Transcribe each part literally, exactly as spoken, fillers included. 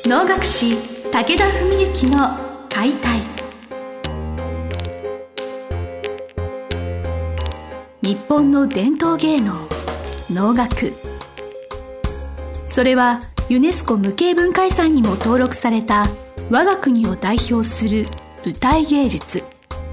能楽師武田文幸の解体。日本の伝統芸能能楽、それはユネスコ無形文化遺産にも登録された我が国を代表する舞台芸術。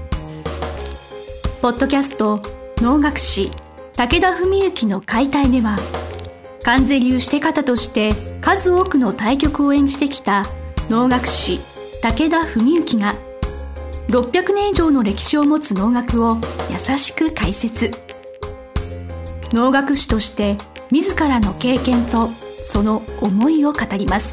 ポッドキャスト能楽師武田文幸の解体では、観世流して方として数多くの大曲を演じてきた能楽師武田文幸がろっぴゃくねん以上の歴史を持つ能楽を優しく解説。能楽師として自らの経験とその思いを語ります。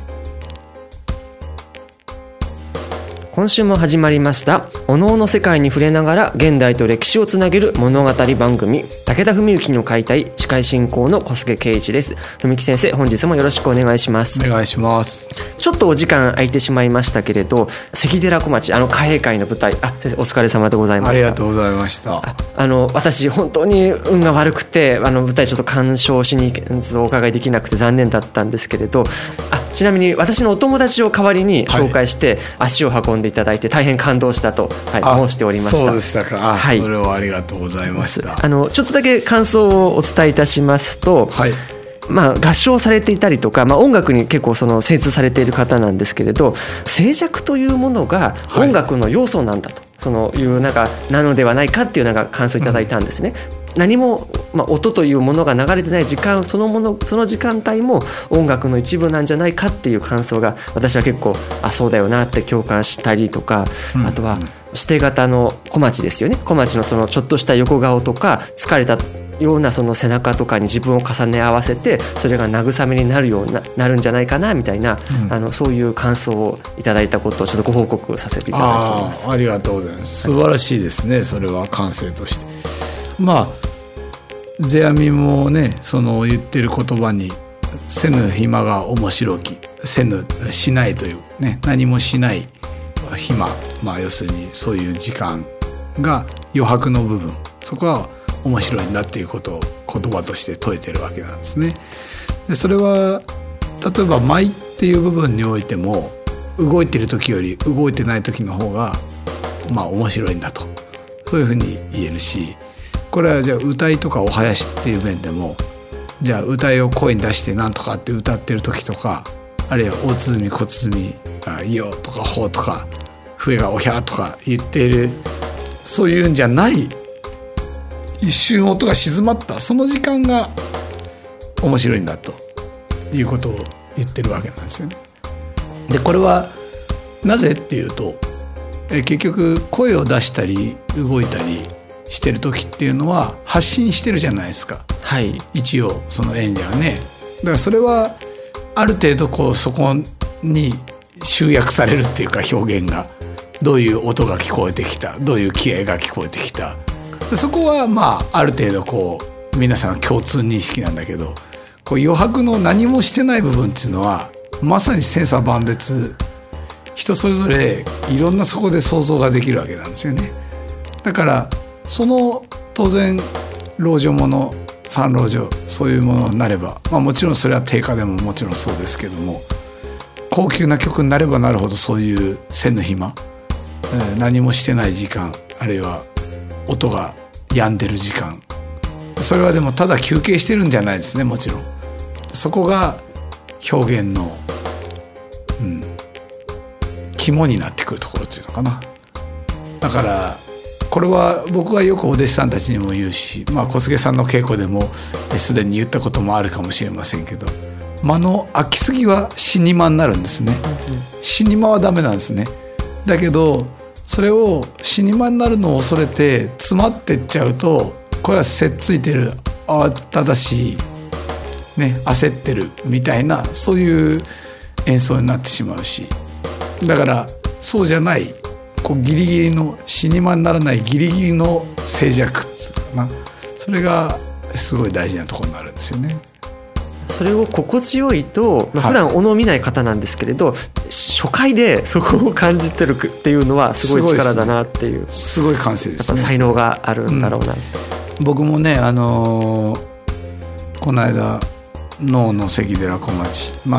今週も始まりましたお能の世界に触れながら現代と歴史をつなげる物語番組、武田文幸の解体。司会進行の小菅圭一です。文幸先生、本日もよろしくお願いします。 お願いします。 ちょっとお時間空いてしまいましたけれど、関寺小町、あの貨幣会の舞台、あ、先生お疲れ様でございました。 ありがとうございました。 ああの私本当に運が悪くて、あの舞台ちょっと鑑賞しにお伺いできなくて残念だったんですけれど、あちなみに私のお友達を代わりに紹介して足を運んでいただいて大変感動したと、はい、申しておりました。 そうでしたか。あ、 はい、 それはありがとうございました。 あのちょっとだけ感想をお伝えいたしますと、はい、まあ、合唱されていたりとか、まあ、音楽に結構その精通されている方なんですけれど、静寂というものが音楽の要素なんだと、はい、そのいうなんかなのではないかっていうなんか感想いただいたんですね、うん、何も、まあ、音というものが流れてない時間そのものその時間帯も音楽の一部なんじゃないかっていう感想が私は結構あそうだよなって共感したりとか、うん、あとは指定型の小町ですよね。小町のそのちょっとした横顔とか疲れたようなその背中とかに自分を重ね合わせてそれが慰めになるようななるんじゃないかなみたいな、うん、あのそういう感想をいただいたことをちょっとご報告させていただきます。 あ, ありがとうございます。素晴らしいですね、それは感性として。まあ世阿弥もね、その言ってる言葉にせぬ暇が面白き、せぬしないというね、何もしない暇、まあ要するにそういう時間が余白の部分、そこは面白いんだっていうことを言葉として説いてるわけなんですね。でそれは例えば舞っていう部分においても動いてる時より動いてない時の方がまあ面白いんだと、そういうふうに言えるし、これはじゃあ歌いとかお囃子っていう面でも、じゃあ歌いを声に出してなんとかって歌ってる時とか、あるいは大鼓小鼓がいいよとかほうとか笛がおひゃーとか言っている、そういうんじゃない一瞬音が静まったその時間が面白いんだということを言ってるわけなんですよね。でこれはなぜっていうと、え結局声を出したり動いたりしてる時っていうのは発信してるじゃないですか、はい、一応その演者はね。だからそれはある程度こうそこに集約されるっていうか、表現がどういう音が聞こえてきた、どういう気合が聞こえてきた、そこはまあある程度こう皆さん共通認識なんだけど、こう余白の何もしてない部分っていうのはまさに千差万別、人それぞれいろんなそこで想像ができるわけなんですよね。だからその当然老女もの三老女そういうものになれば、まあ、もちろんそれは定価でももちろんそうですけども、高級な曲になればなるほどそういうせぬ暇、えー、何もしてない時間、あるいは音が止んでる時間、それはでもただ休憩してるんじゃないですね。もちろんそこが表現の、うん、肝になってくるところっていうのかな。だからこれは僕はよくお弟子さんたちにも言うし、まあ、小菅さんの稽古でもすでに言ったこともあるかもしれませんけど、間の空きすぎは死に間になるんですね、うんうん、死に間はダメなんですね。だけどそれを死に間になるのを恐れて詰まってっちゃうと、これはせっついてる、慌ただしい、ね、焦ってるみたいなそういう演奏になってしまうし、だからそうじゃないこうギリギリの死に間にならないギリギリの静寂っていうかな、それがすごい大事なところになるんですよね。 それを心地よいと、まあ、普段お能を見ない方なんですけれど、はい、初回でそこを感じてるっていうのはすごい力だなっていう、 すごい感性ですね。 やっぱ才能があるんだろうな、 うん、僕もね、あのー、この間能の関寺小町、まあ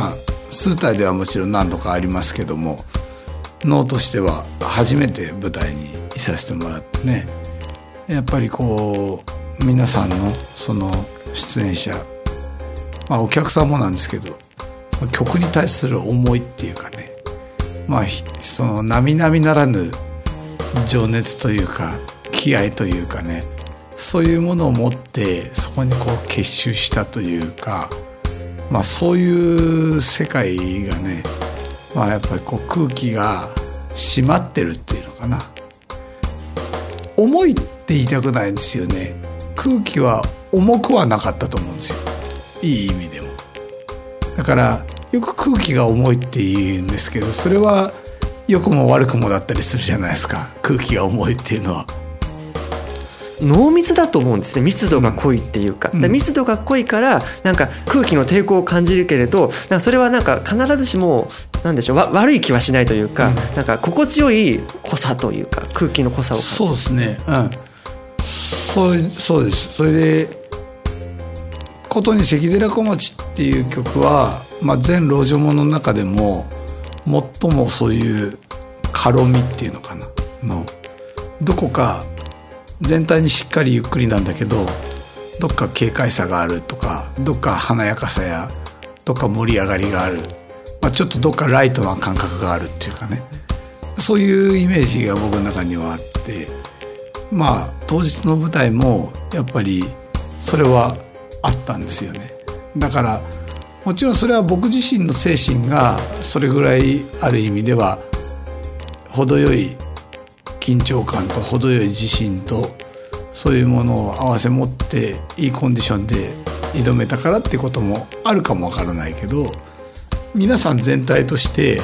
数体ではもちろん何度かありますけども、能としては初めて舞台にいさせてもらってね、やっぱりこう皆さんのその出演者、まあ、お客さんもなんですけど、曲に対する思いっていうかね、まあその並々ならぬ情熱というか気合というかね、そういうものを持ってそこにこう結集したというか、まあそういう世界がね、まあやっぱりこう空気が締まってるっていうのかな。重いって言いたくないんですよね。空気は重くはなかったと思うんですよ、いい意味でも。だからよく空気が重いって言うんですけど、それは良くも悪くもだったりするじゃないですか、空気が重いっていうのは。 濃密だと思うんですね。密度が濃いっていうか、うん、密度が濃いからなんか空気の抵抗を感じるけれど、なんかそれはなんか必ずしもなんでしょう、わ悪い気はしないというか、うん、なんか心地よい濃さというか空気の濃さを感じる。 そうですね、うん、そうそうです。それでことに関寺小町っていう曲は、まあ、全老女物の中でも最もそういう軽みっていうのかなの、どこか全体にしっかりゆっくりなんだけど、どっか軽快さがあるとか、どっか華やかさやどっか盛り上がりがある、まあ、ちょっとどっかライトな感覚があるっていうかね、そういうイメージが僕の中にはあって、まあ当日の舞台もやっぱりそれはあったんですよね。だからもちろんそれは僕自身の精神がそれぐらいある意味では程よい緊張感と程よい自信とそういうものを合わせ持っていいコンディションで挑めたからってこともあるかもわからないけど、皆さん全体として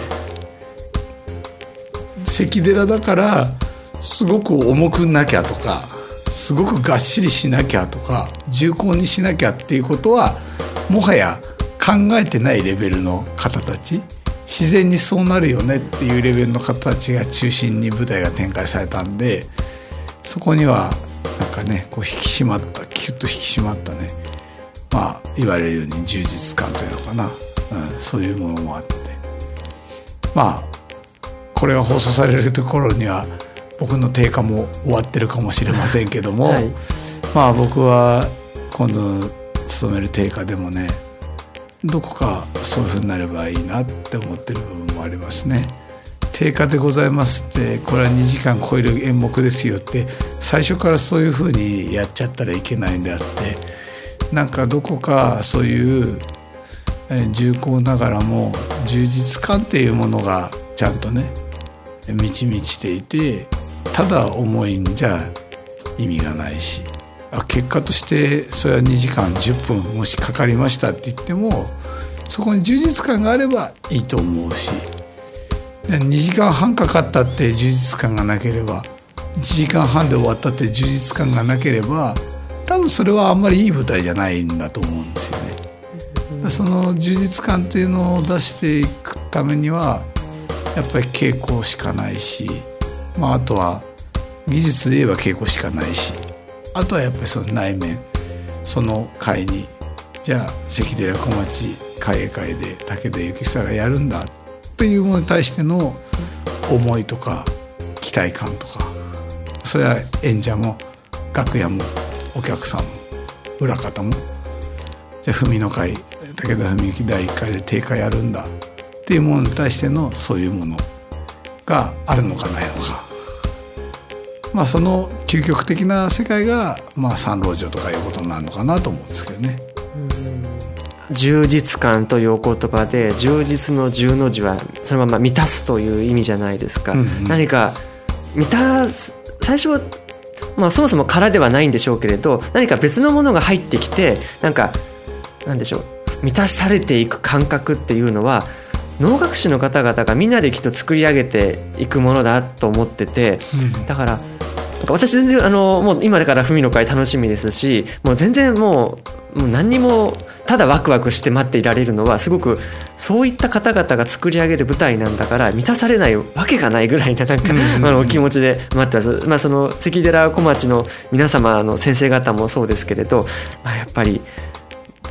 関寺だからすごく重くなきゃとか、すごくがっしりしなきゃとか、重厚にしなきゃっていうことはもはや考えてないレベルの方たち、自然にそうなるよねっていうレベルの方たちが中心に舞台が展開されたんで、そこにはなんかねこう引き締まった、キュッと引き締まったね、まあ言われるように充実感というのかな、うん、そういうものもあって、まあこれが放送されるところには僕の定価も終わってるかもしれませんけども、はい、まあ僕は今度勤める定価でもね、どこかそういう風になればいいなって思ってる部分もありますね。定価でございますって、これはにじかん超える演目ですよって最初からそういう風にやっちゃったらいけないんであって、なんかどこかそういう重厚ながらも充実感っていうものがちゃんとね満ち満ちていて、ただ重いんじゃ意味がないし、結果としてそれはにじかんじゅっぷんもしかかりましたって言っても、そこに充実感があればいいと思うし、にじかんはんかかったって充実感がなければ、いちじかんはんで終わったって充実感がなければ、多分それはあんまりいい舞台じゃないんだと思うんですよね。その充実感っていうのを出していくためにはやっぱり稽古しかないし、まあ、あとは技術で言えば稽古しかないし、あとはやっぱりその内面、その会にじゃあ関寺小町会会で武田幸久がやるんだというものに対しての思いとか期待感とか、それは演者も楽屋もお客さんも裏方も、じゃあ文の会、武田文幸だいいっかいで定価やるんだっていうものに対してのそういうものがあるのかないのか、まあその究極的な世界がまあ三老女とかいうことになるのかなと思うんですけどね。 充実感というお言葉で、充実の充の字はそのまま満たすという意味じゃないですか、うんうん、何か満たす、最初はまあそもそも空ではないんでしょうけれど、何か別のものが入ってきて、なんかなんでしょう、満たされていく感覚っていうのは能楽師の方々がみんなできっと作り上げていくものだと思ってて、うん、だから私全然あのもう今だから文の会楽しみですし、もう全然もう、もう何にもただワクワクして待っていられるのは、すごくそういった方々が作り上げる舞台なんだから満たされないわけがないぐらいななんか、うんうんうん、あの気持ちで待ってます。まあ、その関寺小町の皆様の先生方もそうですけれど、まあ、やっぱり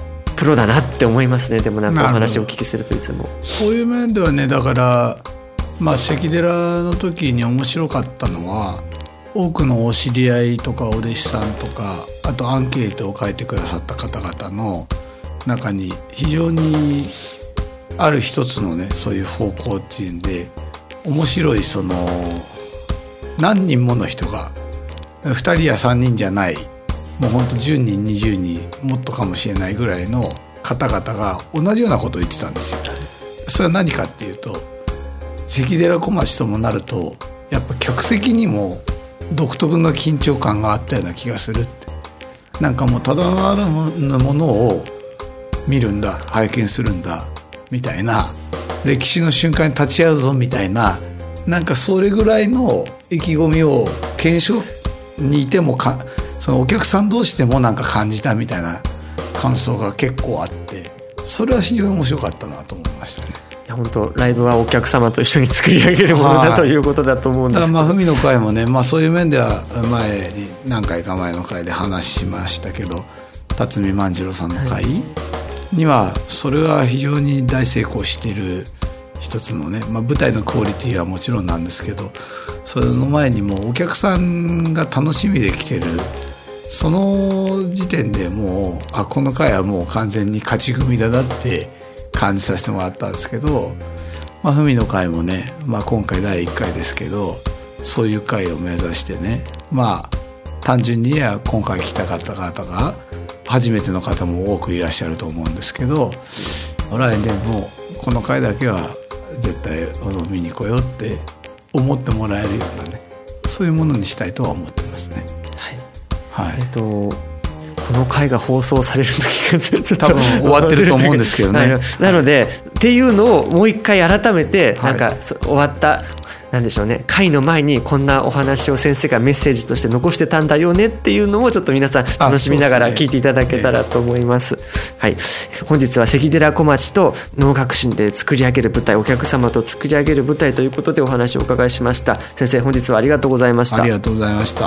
プロだなって思いますね。でもなんかお話をお聞きするといつもそういう面ではね、だからまあ関寺の時に面白かったのは、多くのお知り合いとかお弟子さんとか、あとアンケートを書いてくださった方々の中に非常にある一つのね、そういう方向っていうんで面白い、その何人もの人がふたりやさんにんじゃない、もうほんとじゅうにんにじゅうにんもっとかもしれないぐらいの方々が同じようなことを言ってたんですよ。それは何かっていうと、関寺小町ともなるとやっぱ客席にも独特の緊張感があったような気がするって。なんかもうただならぬものを見るんだ、拝見するんだみたいな、歴史の瞬間に立ち会うぞみたいな、なんかそれぐらいの意気込みを検証にいてもか、そのお客さん同士でもなんか感じたみたいな感想が結構あって、それは非常に面白かったなと思いましたね。 本当ライブはお客様と一緒に作り上げるものだということだと思うんですけど、 だからまあ文の会もね、まあ、そういう面では前に何回か前の会で話しましたけど、辰巳万次郎さんの会にはそれは非常に大成功している一つのね、まあ、舞台のクオリティはもちろんなんですけど、それの前にもお客さんが楽しみで来てる、その時点でもうあこの会はもう完全に勝ち組だなって感じさせてもらったんですけど、まあ、文の会もね、まあ、今回だいいっかいですけど、そういう会を目指してね、まあ単純には今回来た方々が初めての方も多くいらっしゃると思うんですけど、来年もこの会だけは絶対見に来ようって思ってもらえるようなね、そういうものにしたいとは思ってますね。 はい、 はい、 えっとこの回が放送される時がちょっと多分終わってると思うんですけどね。 なので、はい、っていうのをもう一回改めてなんか、はい、終わったなんでしょうね、回の前にこんなお話を先生がメッセージとして残してたんだよねっていうのをちょっと皆さん楽しみながら聞いていただけたらと思います。はい、本日は関寺小町と能楽師で作り上げる舞台、お客様と作り上げる舞台ということでお話をお伺いしました。先生、本日はありがとうございました。 ありがとうございました。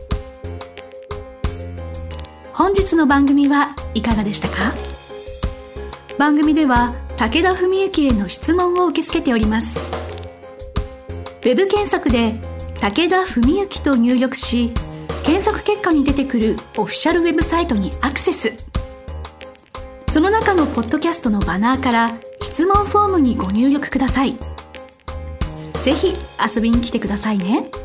本日の番組はいかがでしたか？番組では武田文幸への質問を受け付けております。ウェブ検索で武田文幸と入力し、検索結果に出てくるオフィシャルウェブサイトにアクセス。その中のポッドキャストのバナーから質問フォームにご入力ください。ぜひ遊びに来てくださいね。